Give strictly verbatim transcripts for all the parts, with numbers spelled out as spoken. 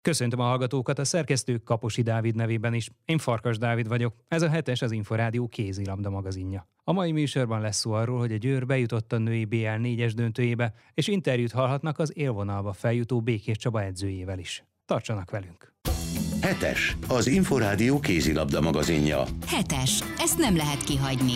Köszöntöm a hallgatókat, a szerkesztő Kaposi Dávid nevében is. Én Farkas Dávid vagyok, ez a hetes az Inforádió kézilabda magazinja. A mai műsorban lesz szó arról, hogy a Győr bejutott a női bé el négyes döntőjébe, és interjút hallhatnak az élvonalba feljutó Békés Csaba edzőjével is. Tartsanak velünk! Hetes, az Inforádió kézilabda magazinja. Hetes, ezt nem lehet kihagyni.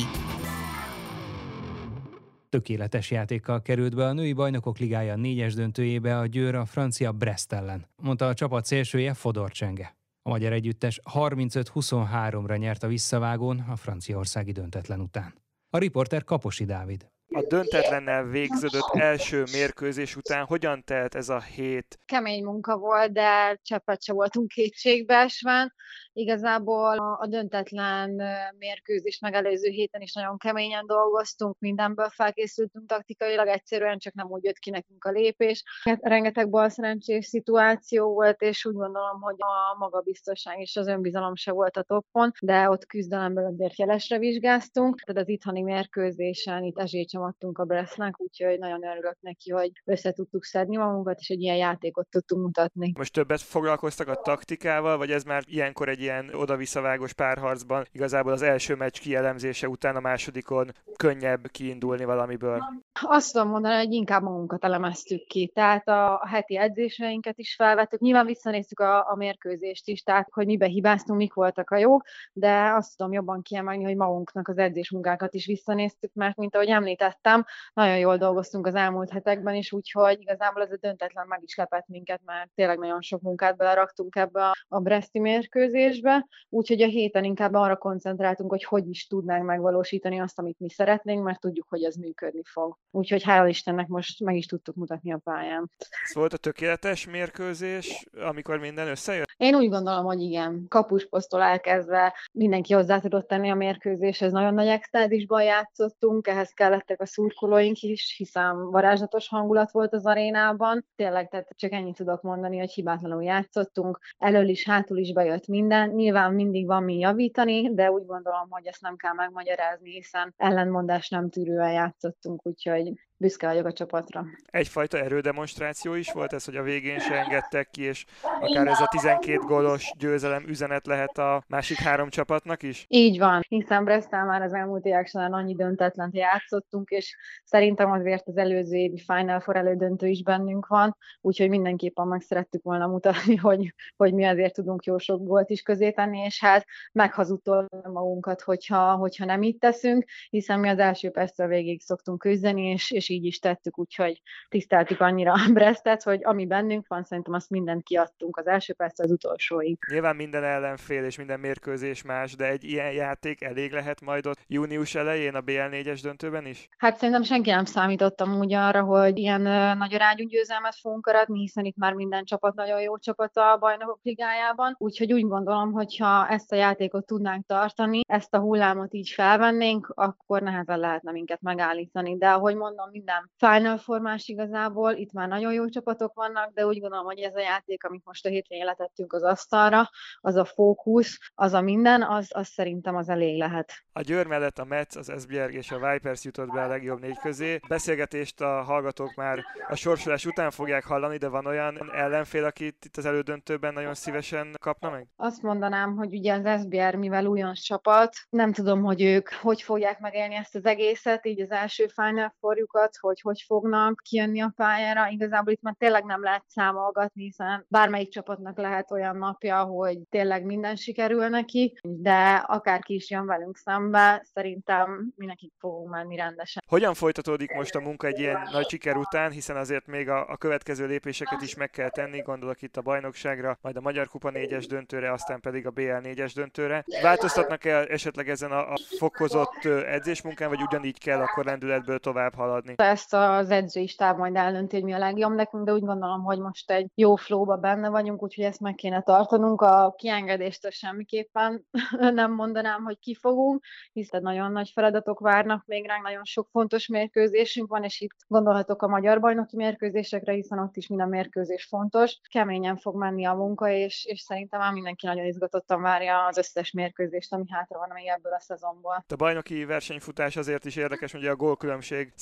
Tökéletes játékkal került be a női bajnokok ligája négyes döntőjébe a Győr a francia Brest ellen, mondta a csapat szélsője Fodor Csenge. A magyar együttes harmincöt huszonháromra nyert a visszavágón a franciaországi döntetlen után. A riporter Kaposi Dávid. A döntetlennel végződött első mérkőzés után hogyan telt ez a hét? Kemény munka volt, de cseppet se voltunk kétségbeesve. Igazából a döntetlen mérkőzés megelőző héten is nagyon keményen dolgoztunk, mindenből felkészültünk taktikailag, egyszerűen csak nem úgy jött ki nekünk a lépés. Rengeteg balszerencsés szituáció volt, és úgy gondolom, hogy a magabiztosság és az önbizalom se volt a toppon, de ott küzdelemből azért jelesre vizsgáztunk. Tehát az itthoni mérkőzésen itt esélyt sem adtunk a Brestnek, úgyhogy nagyon örülök neki, hogy össze tudtuk szedni magunkat, és egy ilyen játékot tudtunk mutatni. Most többet foglalkoztak a taktikával, vagy ez már ilyenkor egy ilyen oda-visszavágós párharcban igazából az első meccs kielemzése után a másodikon könnyebb kiindulni valamiből? Azt tudom mondani, hogy inkább magunkat elemeztük ki, tehát a heti edzéseinket is felvettük, nyilván visszanéztük a, a mérkőzést is, tehát hogy mibe hibáztunk, mik voltak a jók, de azt tudom jobban kiemelni, hogy magunknak az edzésmunkákat is visszanéztük, mert mint ahogy említettem, nagyon jól dolgoztunk az elmúlt hetekben is, úgyhogy igazából ez a döntetlen meg is lepett minket, mert tényleg nagyon sok munkát beleraktunk ebbe a, a breszti mérkőzésbe, úgyhogy a héten inkább arra koncentráltunk, hogy hogy is tudnánk megvalósítani azt, amit mi szeretnénk, mert tudjuk, hogy ez működni fog. Úgyhogy hála Istennek most meg is tudtuk mutatni a pályán. Ez volt a tökéletes mérkőzés, amikor minden összejött? Én úgy gondolom, hogy igen. Kapusposztól elkezdve mindenki hozzá tudott tenni a mérkőzéshez. Nagyon nagy extázisban játszottunk, ehhez kellettek a szurkolóink is, hiszen varázslatos hangulat volt az arénában. Tényleg, tehát csak ennyit tudok mondani, hogy hibátlanul játszottunk. Elől is, hátul is bejött minden. Nyilván mindig van mi javítani, de úgy gondolom, hogy ezt nem kell megmagyarázni, hiszen ellentmondás nem tűrően játszottunk, úgyhogy büszke vagyok a csapatra. Egyfajta erődemonstráció is volt ez, hogy a végén se engedtek ki, és akár ez a tizenkét gólos győzelem üzenet lehet a másik három csapatnak is? Így van, hiszen Bresttel már az elmúlt évek során annyi döntetlent játszottunk, és szerintem azért az előző évi Final Four elődöntő is bennünk van, úgyhogy mindenképpen meg szerettük volna mutatni, hogy, hogy mi azért tudunk jó sok gólt is közé tenni, és hát meghazudtolni magunkat, hogyha, hogyha nem így teszünk, hiszen mi az első perctől végig szoktunk küzdeni, és, és így is tettük, úgyhogy tiszteltük annyira a Brestet, hogy ami bennünk van, szerintem azt mindent kiadtunk az első perctől az utolsóig. Nyilván minden ellenfél és minden mérkőzés más, de egy ilyen játék elég lehet majd ott június elején a bé el négyes döntőben is? Hát szerintem senki nem számított amúgy arra, hogy ilyen nagy arányú győzelmet fogunk aratni, hiszen itt már minden csapat nagyon jó csapat a Bajnokok Ligájában, úgyhogy úgy gondolom, hogyha ezt a játékot tudnánk tartani, ezt a hullámot így felvennénk, akkor nehezen lehetne minket megállítani, de ahogy mondom, minden Final formás igazából, itt már nagyon jó csapatok vannak, de úgy gondolom, hogy ez a játék, amit most a hétvégén letettünk az asztalra, az a fókusz, az a minden, az, az szerintem az elég lehet. A Győr mellett a Metz, az Esbjerg és a Vipers jutott be a legjobb négy közé. Beszélgetést a hallgatók már a sorsolás után fogják hallani, de van olyan ellenfél, akit itt az elődöntőben nagyon szívesen kapna meg? Azt mondanám, hogy ugye az Esbjerg, mivel újonc csapat, nem tudom, hogy ők hogy fogják megélni ezt az egészet, így az első Final Fourjukat, hogy hogy fognak kijönni a pályára. Igazából itt már tényleg nem lehet számolgatni, hiszen bármelyik csapatnak lehet olyan napja, hogy tényleg minden sikerül neki, de akárki is jön velünk szembe, szerintem mi nekik fogunk menni rendesen. Hogyan folytatódik most a munka egy ilyen nagy siker után, hiszen azért még a, a következő lépéseket is meg kell tenni, gondolok itt a bajnokságra, majd a Magyar Kupa négyes döntőre, aztán pedig a bé el négyes döntőre. Változtatnak-e esetleg ezen a, a fokozott edzésmunkán, vagy ugyanígy kell akkor lendületből tovább haladni? Ezt az edzői stáb majd eldönti, hogy mi a legjobb nekünk, de úgy gondolom, hogy most egy jó flowba benne vagyunk, úgyhogy ezt meg kéne tartanunk. A kiengedéstől semmiképpen nem mondanám, hogy kifogunk, hiszen nagyon nagy feladatok várnak még ránk, nagyon sok fontos mérkőzésünk van, és itt gondolhatok a magyar bajnoki mérkőzésekre, hiszen ott is minden mérkőzés fontos. Keményen fog menni a munka, és, és szerintem már mindenki nagyon izgatottan várja az összes mérkőzést, ami hátra van még ebből a szezonból. A bajnoki versenyfutás azért is érdekes, hogy a gólkülönbség számít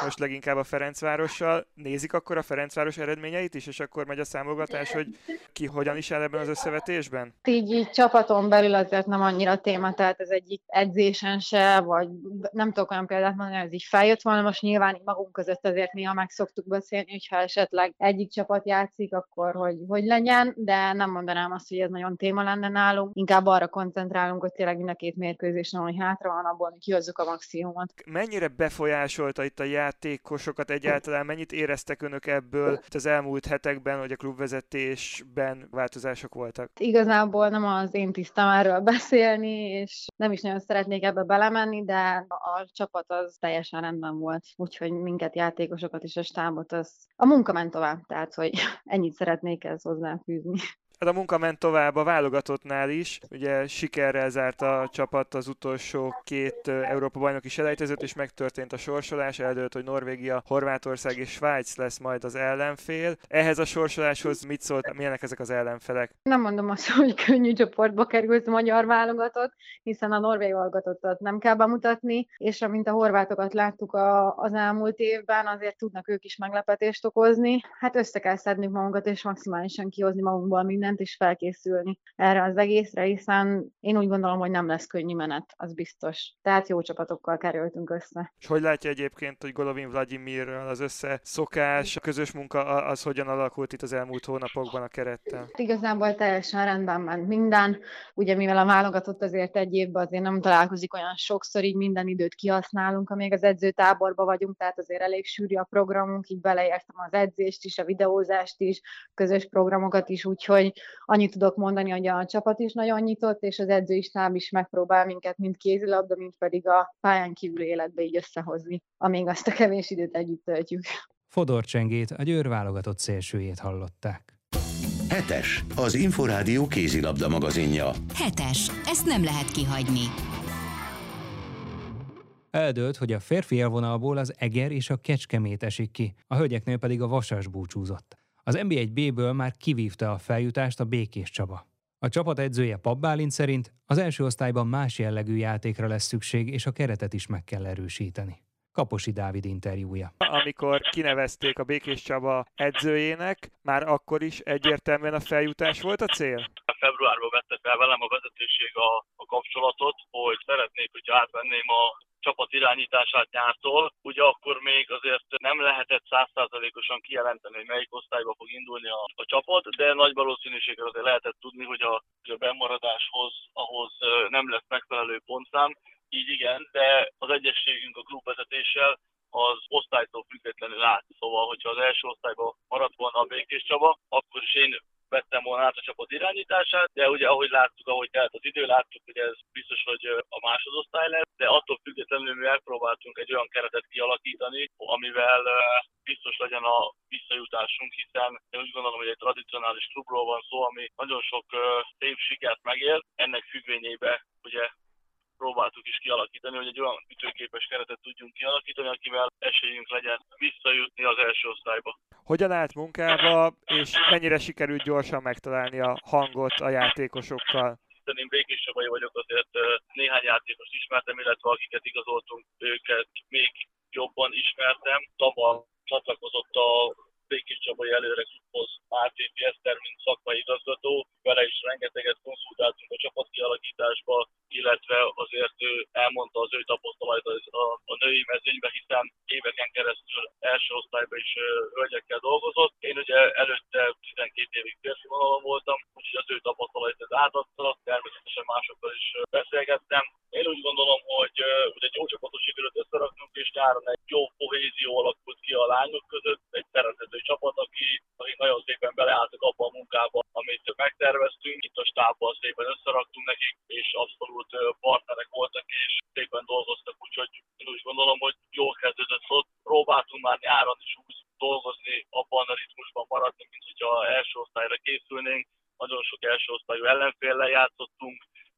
most leginkább a Ferencvárossal. Nézik akkor a Ferencváros eredményeit is, és akkor megy a számogatás, hogy ki hogyan is áll ebben az összevetésben? Így, így csapaton belül azért nem annyira téma, tehát ez egyik edzésen se, vagy nem tudok olyan példát mondani, ez így feljött volna. Most nyilván így magunk között azért néha meg szoktuk beszélni, hogyha esetleg egyik csapat játszik, akkor hogy, hogy legyen, de nem mondanám azt, hogy ez nagyon téma lenne nálunk. Inkább arra koncentrálunk, hogy tényleg mind a két mérkőzésen, hogy hátra van, abból kihozzuk a maximumot. Mennyire befolyásolta itt a játékosokat egyáltalán, mennyit éreztek önök ebből az elmúlt hetekben, hogy a klubvezetésben változások voltak? Igazából nem az én tisztem erről beszélni, és nem is nagyon szeretnék ebbe belemenni, de a csapat az teljesen rendben volt. Úgyhogy minket, játékosokat és a stábot, az a munka ment tovább, tehát hogy ennyit szeretnék ezt hozzáfűzni. Hát a munka ment tovább a válogatottnál is. Ugye sikerrel zárt a csapat az utolsó két Európa-bajnoki selejtezőt, és megtörtént a sorsolás. Eldőlt, hogy Norvégia, Horvátország és Svájc lesz majd az ellenfél. Ehhez a sorsoláshoz mit szólt, milyenek ezek az ellenfelek? Nem mondom azt, hogy könnyű csoportba került a magyar válogatott, hiszen a norvég válogatottat nem kell bemutatni, és amint a horvátokat láttuk a, az elmúlt évben, azért tudnak ők is meglepetést okozni. Hát össze kell szednünk magunkat, és maximálisan kihozni magunkból mindent, és felkészülni erre az egészre, hiszen én úgy gondolom, hogy nem lesz könnyű menet, az biztos. Tehát jó csapatokkal kerültünk össze. És hogy látja egyébként, hogy Golovin Vlagyimirrel az összeszokás, a közös munka az hogyan alakult itt az elmúlt hónapokban a kerettel? Igazából teljesen rendben ment minden. Ugye mivel a válogatott azért egy évben azért nem találkozik olyan sokszor, így minden időt kihasználunk, amíg az edzőtáborban vagyunk, tehát azért elég sűrű a programunk, így beleértem az edzést is, a videózást is, közös programokat is, úgyhogy annyit tudok mondani, hogy a csapat is nagyon nyitott, és az edzői stáb is megpróbál minket mind kézilabda, mind pedig a pályán kívüli életbe így összehozni, amíg azt a kevés időt együtt töltjük. Fodor Csengét, a Győr válogatott szélsőjét hallották. Hetes, az Inforádió kézilabda magazinja. Hetes, ezt nem lehet kihagyni. Eldőlt, hogy a férfi élvonalból az Eger és a Kecskemét esik ki, a hölgyeknél pedig a Vasas búcsúzott. Az en bé egy bé-ből már kivívta a feljutást a Békés Csaba. A csapat edzője Papp Bálint szerint az első osztályban más jellegű játékra lesz szükség, és a keretet is meg kell erősíteni. Kaposi Dávid interjúja. Amikor kinevezték a Békés Csaba edzőjének, már akkor is egyértelműen a feljutás volt a cél? Februárban vette fel velem a vezetőség a, a kapcsolatot, hogy szeretnék, hogyha átvenném a csapat irányítását nyártól. Ugye akkor még azért nem lehetett száz százalékosan kijelenteni, hogy melyik osztályba fog indulni a, a csapat, de nagy valószínűséggel azért lehetett tudni, hogy a, hogy a bennmaradáshoz ahhoz nem lesz megfelelő pontszám. Így igen, de az egyességünk a klubvezetéssel az osztálytól függetlenül állt. Szóval, hogyha az első osztályban maradt volna a Békés Csaba, akkor is én vettem volna át a csapat irányítását, de ugye ahogy láttuk, ahogy telt az idő, láttuk, hogy ez biztos, hogy a másodosztály lesz, de attól függetlenül mi megpróbáltunk egy olyan keretet kialakítani, amivel biztos legyen a visszajutásunk, hiszen én úgy gondolom, hogy egy tradicionális klubról van szó, ami nagyon sok szép sikert megér, ennek függvényében ugye próbáltuk is kialakítani, hogy egy olyan ütőképes keretet tudjunk kialakítani, akivel esélyünk legyen visszajutni az első osztályba. Hogyan állt munkába, és mennyire sikerült gyorsan megtalálni a hangot a játékosokkal? Én Békés Csabai vagyok, azért néhány játékost ismertem, illetve akiket igazoltunk, őket még jobban ismertem. Tavaly csatlakozott a Békés Csabai előre klubhoz Mártéti Eszter, mint szakmai igazgató. Vele is rengeteget konzultáltunk a csapatkialakításba, illetve azért ő elmondta az ő tapasztalatait a, a női mezőnybe, hiszen éveken keresztül első osztályban is hölgyekkel dolgozott. Én ugye előtte tizenkét évig férfi vonalon voltam, úgyhogy az ő tapasztalait átadta, természetesen másokkal is beszélgettem. Én úgy gondolom, hogy ugye egy jó csapatot sikerült összeraknunk, és nyáron egy jó kohézió alakult ki a lányok között, egy szerethető csapat, aki, akik nagyon szépen beleálltak abba a munkába, amit megterveztünk. Itt a stábban szépen összeraktunk nekik, és abszolút partnerek voltak, és szépen dolgoztak, úgyhogy én úgy gondolom, hogy jól kezdődött ott. Próbáltunk már nyáron is úgy dolgozni, abban a ritmusban maradni, mint hogyha első osztályra készülnénk. Nagyon sok első osztályú ellenféllel játszottunk,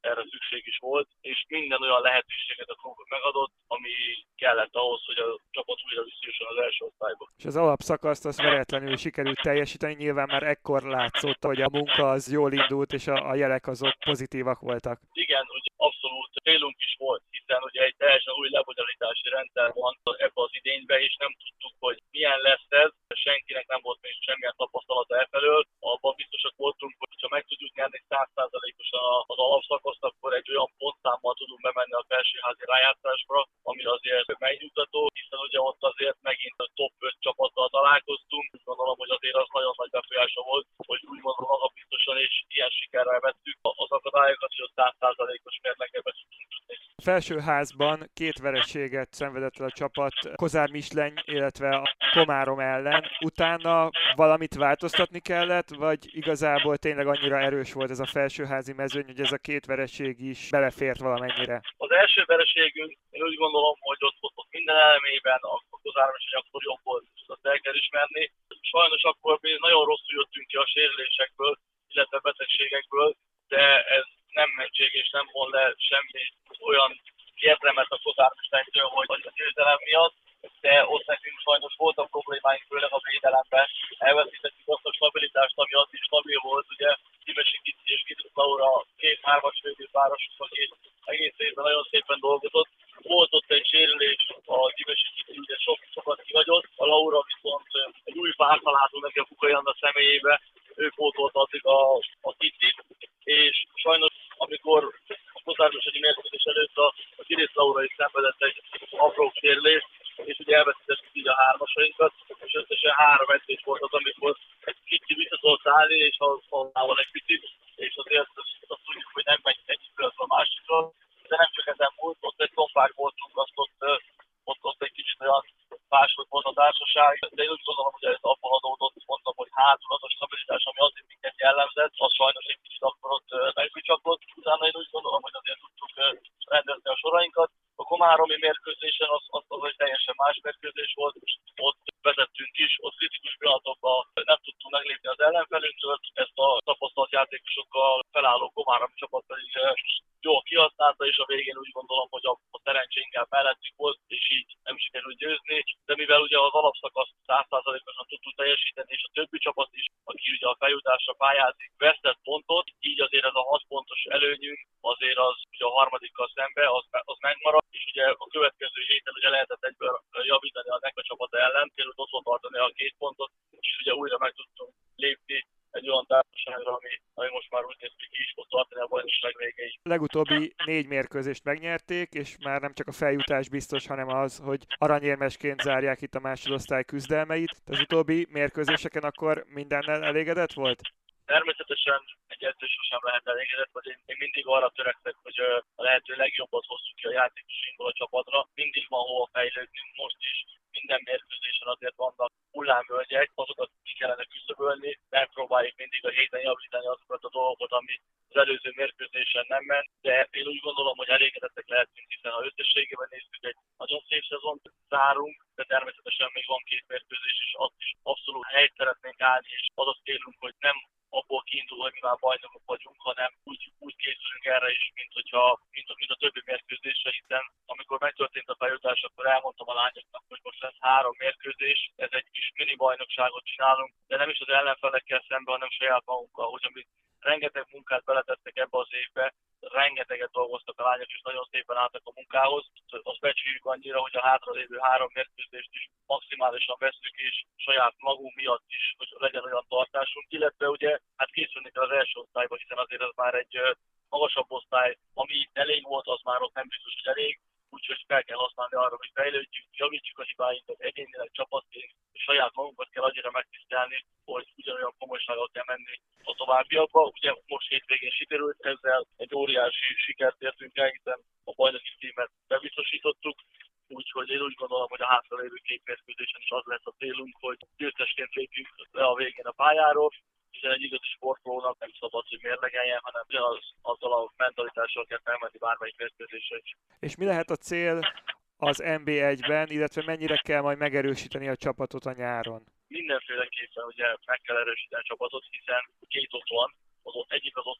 erre szükség is volt, és minden olyan lehetőséget a klub megadott, ami kellett ahhoz, hogy a csapat újra visszajusson az első osztályba. És az alapszakaszt az veretlenül sikerült teljesíteni, nyilván már ekkor látszott, hogy a munka az jól indult, és a, a jelek azok pozitívak voltak. Igen, ugye abszolút célunk is volt, hiszen ugye egy teljesen új lebonyolítási rendszer van ebbe az idénybe, és nem tudtuk, hogy milyen lesz ez. Senkinek nem volt még semmilyen tapasztalata e felől. Abban biztosak voltunk, hogy ha meg tudjuk nyerni száz százalékosan az alapszakaszt, akkor egy olyan pontszámmal tudunk bemenni a felsőházi rájátszásra, ami azért megnyugtató, hiszen ugye ott azért megint a top öt csapattal találkoztunk. Úgy gondolom, hogy azért az nagyon nagy befolyása volt, hogy úgymond magabiztosan és ilyen sikerrel vettük az akadályokat, hogy a száz százalékos mérlegbe tudtunk jutni. A felsőházban két vereséget szenvedett el a csapat Kozár Misleny, illetve a Komárom ellen. Utána valamit változtatni kellett, vagy igazából tényleg annyira erős volt ez a felsőházi mezőny, hogy ez a két vereség is belefért valamennyire? Az első vereségünk, én úgy gondolom, hogy ott, ott, ott minden elemében a Kozár Misleny akkor jobb volt, azt el kell ismerni. Sajnos akkor mi nagyon rosszul jöttünk ki a sérülésekből, illetve betegségekből, de ez nem mentség és nem von le semmi olyan érdemet a Kozár Mislenytől, hogy a győzelem miatt, de ott nekünk sajnos voltak problémáink, főleg a védelemben. Elveszítettük azt a stabilitást, ami ott is stabil volt, ugye Dimesi Kici és Kidrusz Laura két hármas védőpárosunk, aki egész évben nagyon szépen dolgozott. Volt ott egy sérülés, a Dimesi Kici ugye sok, sokat kihagyott, a Laura viszont egy új pár találtunk neki a Fukai Anna személyébe, ő pótolt addig a, a Kicit, és sajnos amikor a Kozár Mislenyi mérkőzés előtt a, a Kidrusz Laura is szenvedett egy apró sérülést, és ugye elveszítettük így a hármasainkat, és összesen három edzés volt az, amikor Kicsi vissza tudott állni, és használva egy picit, és azért azt tudjuk, hogy nem megy egyik pillanatra a másikra, de nem csak ezen múlt, ott egy tompák voltunk, azt ott, ott, ott egy kicsit olyan máshogy volt a társaság, de én úgy gondolom, hogy ez abban adódott, mondtam, hogy hátul az a stabilitás, ami azért minket jellemzett, az sajnos egy kicsit akkor ott megbicsaklott, utána én úgy gondolom, hogy azért tudtuk rendezni a sorainkat. A komáromi mérkőzésen az, az, az egy teljesen más mérkőzés volt, ott vezettünk is, ott kritikus pillanatokban nem tudtunk meglépni az ellenfelünktől, ezt a tapasztalt játékosokkal felálló komáromi csapat pedig jól kihasználta, és a végén úgy gondolom, hogy a, a szerencse inkább mellettük volt, és így nem sikerült győzni, de mivel ugye az alapszakaszt száz százalékosan tudtuk teljesíteni, és a többi csapat is, aki ugye a feljutásra pályázik, vesztett pontot, így azért ez a hat pontos előnyünk, azért az ugye a harmadikkal szembe, az, az megmarad, és ugye a következő héten ugye lehetett egyből javítani a Neka csapata ellen, tényleg ott tartani a két pontot, és ugye újra meg tudtunk lépni egy olyan társaságra, ami, ami most már úgy néz ki, ki is fog tartani a bajnokság végéig. Legutóbbi négy mérkőzést megnyerték, és már nem csak a feljutás biztos, hanem az, hogy aranyérmesként zárják itt a másodosztály küzdelmeit. Az utóbbi mérkőzéseken akkor mindennel elégedett volt? Természetesen egy edző sosem lehet elégedett, vagy én, én mindig arra törekszek, hogy a lehető legjobbat hozzuk ki a játékosainkból a csapatra. Mindig van hova fejlődnünk, most is minden mérkőzésen azért vannak hullámvölgyek, azokat ki kellene küszöbölni, megpróbáljuk mindig a héten javítani azokat a dolgokat, ami az előző mérkőzésen nem ment, de én úgy gondolom, hogy elégedettek lehetünk, hiszen ha összességében nézzük, egy nagyon szép szezont zárunk, de természetesen még van két mérkőzés, és azt is abszolút helyt szeretnénk állni, és az a célunk, hogy nem abból kiindul, hogy mi már bajnokok vagyunk, hanem úgy, úgy készülünk erre is, mint, hogyha, mint, mint a többi mérkőzésre, hiszen amikor megtörtént a feljutás, akkor elmondtam a lányoknak, hogy most lesz három mérkőzés, ez egy kis mini bajnokságot csinálunk, de nem is az ellenfelekkel szemben, hanem saját magunkkal, hogy amit rengeteg munkát beletettek ebbe az évbe, rengeteget dolgoztak a lányok, és nagyon szépen álltak a munkához. Azt becsüljük annyira, hogy a hátralévő három mérkőzést is maximálisan vesszük, és saját magunk miatt is, hogy legyen olyan tartásunk. Illetve ugye, hát készülni kell az első osztályba, hiszen azért ez már egy magasabb osztály, ami itt elég volt, az már ott nem biztos, hogy elég. Úgyhogy fel kell használni arra, hogy fejlődjük, javítsuk a hibáinkat, egyénileg csapatként, és saját magunkat kell annyira megtisztelni, hogy ugyanolyan komolysággal kell menni a továbbiakba. Ugye most hétvégén sikerült, ezzel egy óriási sikert értünk el, hiszen a bajnoki címet bebiztosítottuk, úgyhogy én úgy gondolom, hogy a hátralévő két mérkőzésen is az lesz a célunk, hogy győztesként lépjünk le a végén a pályáról, hiszen egy igazi sportolónak nem szabad, hogy mérlegeljen, hanem ugyanaz azzal a mentalitással kell felmenni bármelyik mérkőzésre is. És mi lehet a cél az en bé egyben, illetve mennyire kell majd megerősíteni a csapatot a nyáron? Mindenféleképpen ugye meg kell erősíteni a csapatot, hiszen két ott van, az ott egyik az ott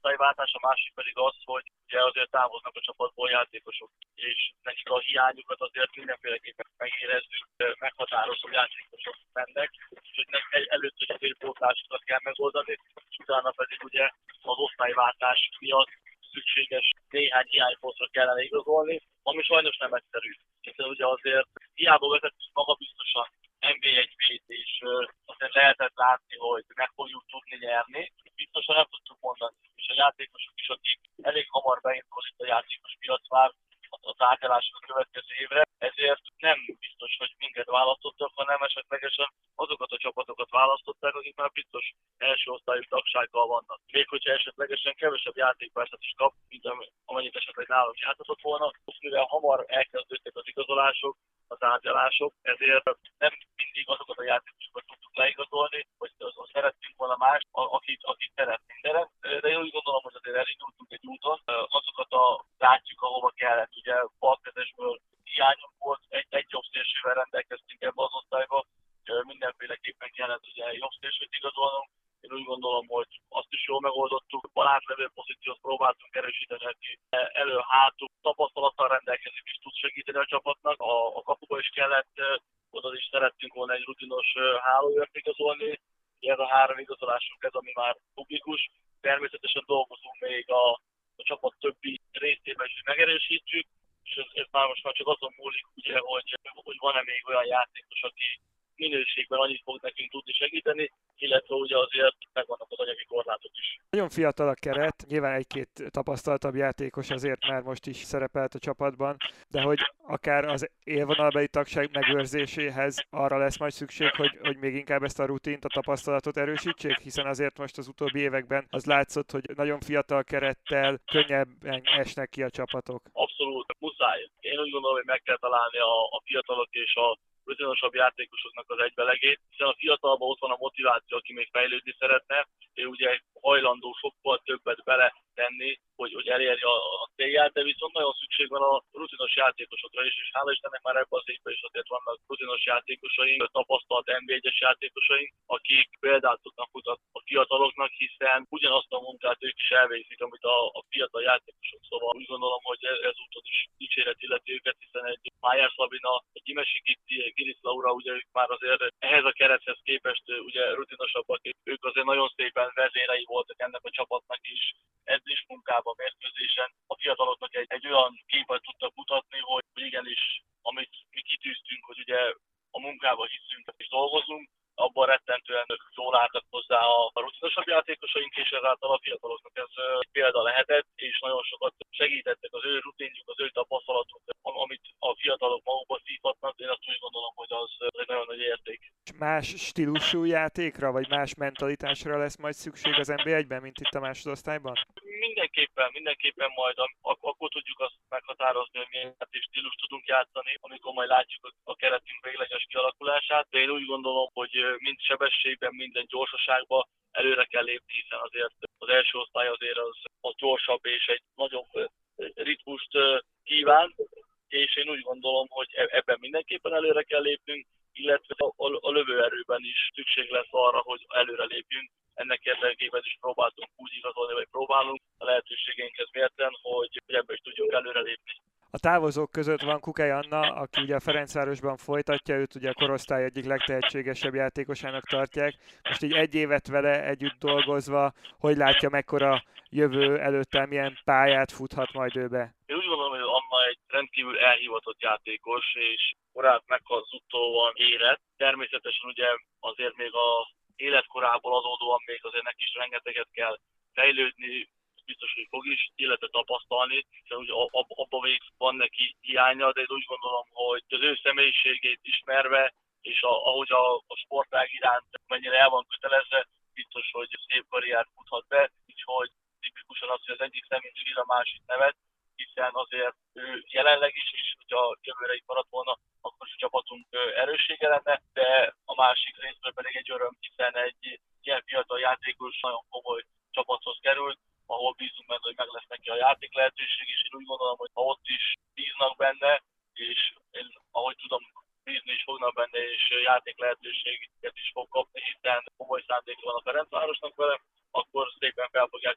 osztályváltás, a másik pedig az, hogy ugye azért távoznak a csapatból játékosok, és nekik a hiányukat azért mindenféleképpen megérezzük, meghatározó játékosok mennek, úgyhogy először is félpótlásokat kell megoldani, és utána pedig ugye az osztályváltás miatt szükséges néhány hiányposztra kellene igazolni, ami sajnos nem egyszerű. Hiszen ugye azért hiába vezetünk magabiztosan en bé egy bét, és azért lehetett látni, hogy meg fogjuk tudni nyerni, biztosan nem tudtuk mondani. És a játékosok is, akik elég hamar beindul itt a játékos piac már a tárgyalások a következő évre, ezért nem biztos, hogy minket választottak, hanem esetlegesen azokat a csapatokat választották, akik már biztos első osztályú tagsággal vannak. Még hogyha esetlegesen kevesebb játékpercet is kap, mint amennyit esetleg nálunk játszhatott volna, mivel hamar elkezdődtek az igazolások, a tárgyalások, ezért nem mindig azokat a játékosokat tudtuk leigazolni, hogy azon szerettünk volna mást, akit, akit szeretnénk. De, de én úgy gondolom, hogy azért elindultunk egy úton, azokat a látjuk, ahova kellett. Ugye balkezesből hiányunk volt, egy, egy jobb szélsővel rendelkeztünk ebbe az osztályba, mindenféleképpen kellett ugye jobb szélsőt igazolnunk. Én úgy gondolom, hogy azt is jól megoldottuk. Balátlevő pozíciót próbáltunk erősíteni, aki elő-hátul tapasztalattal rendelkezik és tud segíteni a csapatnak. A, a kapuba is kellett, oda is szerettünk volna egy rutinos hálóért igazolni. Ez a három igazolásunk, ez ami már publikus. Természetesen dolgozunk még a, a csapat többi részében is, hogy megerősítsük. És ez, ez már most már csak azon múlik, ugye, hogy, hogy van-e még olyan játékos, aki minőségben annyit fog nekünk tudni segíteni, illetve ugye azért megvannak az anyagi korlátok is. Nagyon fiatal a keret, nyilván egy-két tapasztaltabb játékos azért már most is szerepelt a csapatban, de hogy akár az élvonalbeli tagság megőrzéséhez arra lesz majd szükség, hogy, hogy még inkább ezt a rutint, a tapasztalatot erősítsék, hiszen azért most az utóbbi években az látszott, hogy nagyon fiatal kerettel könnyebben esnek ki a csapatok. Abszolút, muszáj. Én úgy gondolom, hogy meg kell találni a, a fiatalok és a rutinosabb játékosoknak az egybelegét, hiszen a fiatalban ott van a motiváció, aki még fejlődni szeretne, ő ugye hajlandó sokkal többet beletenni, hogy, hogy elérje a, a célját, de viszont nagyon szükség van a rutinos játékosokra is, és hála Istennek már ebben az évben is azért vannak rutinos játékosaink, tapasztalt en bé egyes játékosaink, akik példát tudnak mutatni a fiataloknak, hiszen ugyanazt a munkát ők is elvégzik, amit a, a fiatal játékosok. Szóval úgy gondolom, hogy ez, ezúton is dicséret illeti őket, hiszen egy Májer Szabina, egy Imesi Gitti, Giris Laura, ugye ők már azért ehhez a kerethez képest ugye rutinosabbak, ők azért nagyon szépen vezérei voltak ennek a csapatnak is, edzés munkában, mérkőzésen. A fiataloknak egy, egy olyan képet tudtak mutatni, hogy igenis, amit mi kitűztünk, hogy ugye a munkába hiszünk és dolgozunk, abban rettentően jól álltak hozzá a rutinosabb játékosaink, és ezáltal a fiataloknak ez egy példa lehetett, és nagyon sokat segítettek az ő rutinjuk, az ő tapasztalatuk, amit a fiatalok magukba szívhatnak, én azt úgy gondolom, hogy az egy nagyon nagy érték. Más stílusú játékra, vagy más mentalitásra lesz majd szükség az en bé egyben, mint itt a másodosztályban? Mindenképpen, mindenképpen majd ak- akkor tudjuk azt meghatározni, hogy milyen játék stílust tudunk játszani, amikor majd látjuk a keretünk végleges kialakulását, de én úgy gondolom, hogy mind sebességben, minden gyorsaságban előre kell lépni, hiszen azért az első osztály azért az, az gyorsabb és egy nagyobb ritmust kíván, és én úgy gondolom, hogy ebben mindenképpen előre kell lépnünk, illetve a, a, a lövőerőben is szükség lesz arra, hogy előre lépjünk. Ennek érdekében is próbáltunk úgy igazolni, vagy próbálunk a lehetőségeinkhez mérten, hogy ebben is tudjunk előrelépni. A távozók között van Kukay Anna, aki ugye a Ferencvárosban folytatja, őt ugye a korosztály egyik legtehetségesebb játékosának tartják. Most így egy évet vele együtt dolgozva, hogy látja, mekkora jövő előttel, milyen pályát futhat majd ő be? Én úgy gondolom, hogy Anna egy rendkívül elhivatott játékos, és korát meghazudtóan érett. Természetesen ugye azért még a életkorából adódóan még azért neki is rengeteget kell fejlődni, biztos, hogy fog is, illetve tapasztalni, hiszen ugye abban még van neki hiánya, de én úgy gondolom, hogy az ő személyiségét ismerve, és a, ahogy a, a sportág iránt mennyire el van kötelezve, biztos, hogy szép karriert futhat be, úgyhogy tipikusan az, hogy az egyik személy sír, a másik nevet, hiszen azért ő jelenleg is, és hogyha jövőre itt maradt volna, akkor is a csapatunk erőssége lenne, de a másik részből pedig egy öröm, hiszen egy ilyen fiatal játékos nagyon komoly csapathoz került, ahol bízunk benne, hogy meg lesz neki a játék lehetőség, és én úgy gondolom, hogy ha ott is bíznak benne, és én, ahogy tudom, bízni is fognak benne, és játék lehetőséget is fog kapni, hiszen komoly szándék van a Ferencvárosnak vele, akkor szépen fel fogják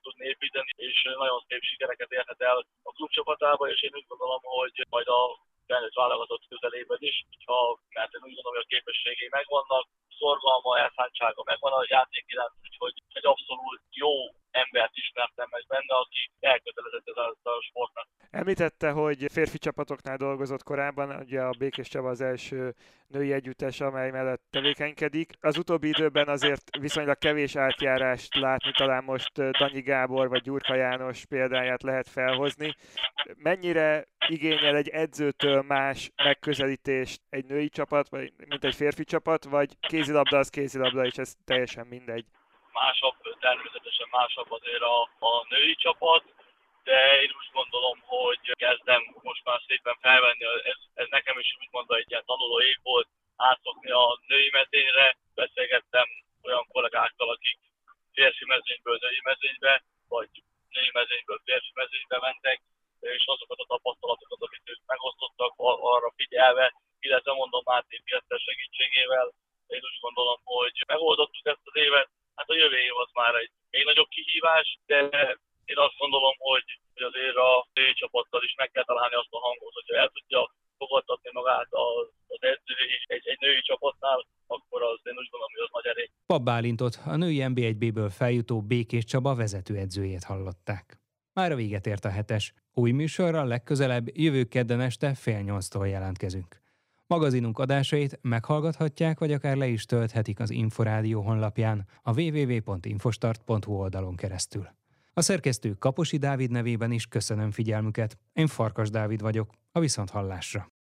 tudni építeni, és nagyon szép sikereket érhet el a klubcsapatába, és én úgy gondolom, hogy majd a felnőtt válogatott közelében is, hogyha, mert én úgy gondolom, hogy a képességei megvannak, szorgalma, elszántsága megvan a játék iránt, úgyhogy egy abszolút jó embert ismertem meg benne, aki elkötelezett ez a sportnak. Említette, hogy férfi csapatoknál dolgozott korábban, ugye a Békés Csaba az első női együttes, amely mellett tevékenykedik. Az utóbbi időben azért viszonylag kevés átjárást látni, talán most Danyi Gábor vagy Gyurka János példáját lehet felhozni. Mennyire igényel egy edzőtől más megközelítést egy női csapat, vagy mint egy férfi csapat, vagy kézilabda az kézilabda, és ez teljesen mindegy? Másabb, természetesen másabb azért a, a női csapat, de én úgy gondolom, hogy kezdem most már szépen felvenni, ez, ez nekem is úgy mondta, egy ilyen tanuló év volt, átszokni a női mezőnyre, beszélgettem olyan kollégákkal, akik férfi mezőnyből női mezőnybe, vagy női mezőnyből férfi mezőnybe mentek, és azokat a tapasztalatokat, amit ők megosztottak, arra figyelve, illetve mondom Máté Pieszter segítségével, én úgy gondolom, hogy megoldottuk ezt az évet. Hát a jövő év az már egy még nagyobb kihívás, de én azt gondolom, hogy, hogy azért a női csapattal is meg kell találni azt a hangot, hogyha el tudja fogadtatni magát az, az edző is egy, egy női csapatnál, akkor az én úgy gondolom, hogy az nagy erény. Pap Bálintot, a női en bé egy bé-ből feljutó Békés Csaba vezetőedzőjét hallották. Már a véget ért a hetes. Új műsorral legközelebb jövő kedden este fél nyolctól jelentkezünk. Magazinunk adásait meghallgathatják, vagy akár le is tölthetik az Inforádió honlapján, a double-u double-u double-u pont infostart pont hu oldalon keresztül. A szerkesztő Kaposi Dávid nevében is köszönöm figyelmüket. Én Farkas Dávid vagyok, a viszonthallásra.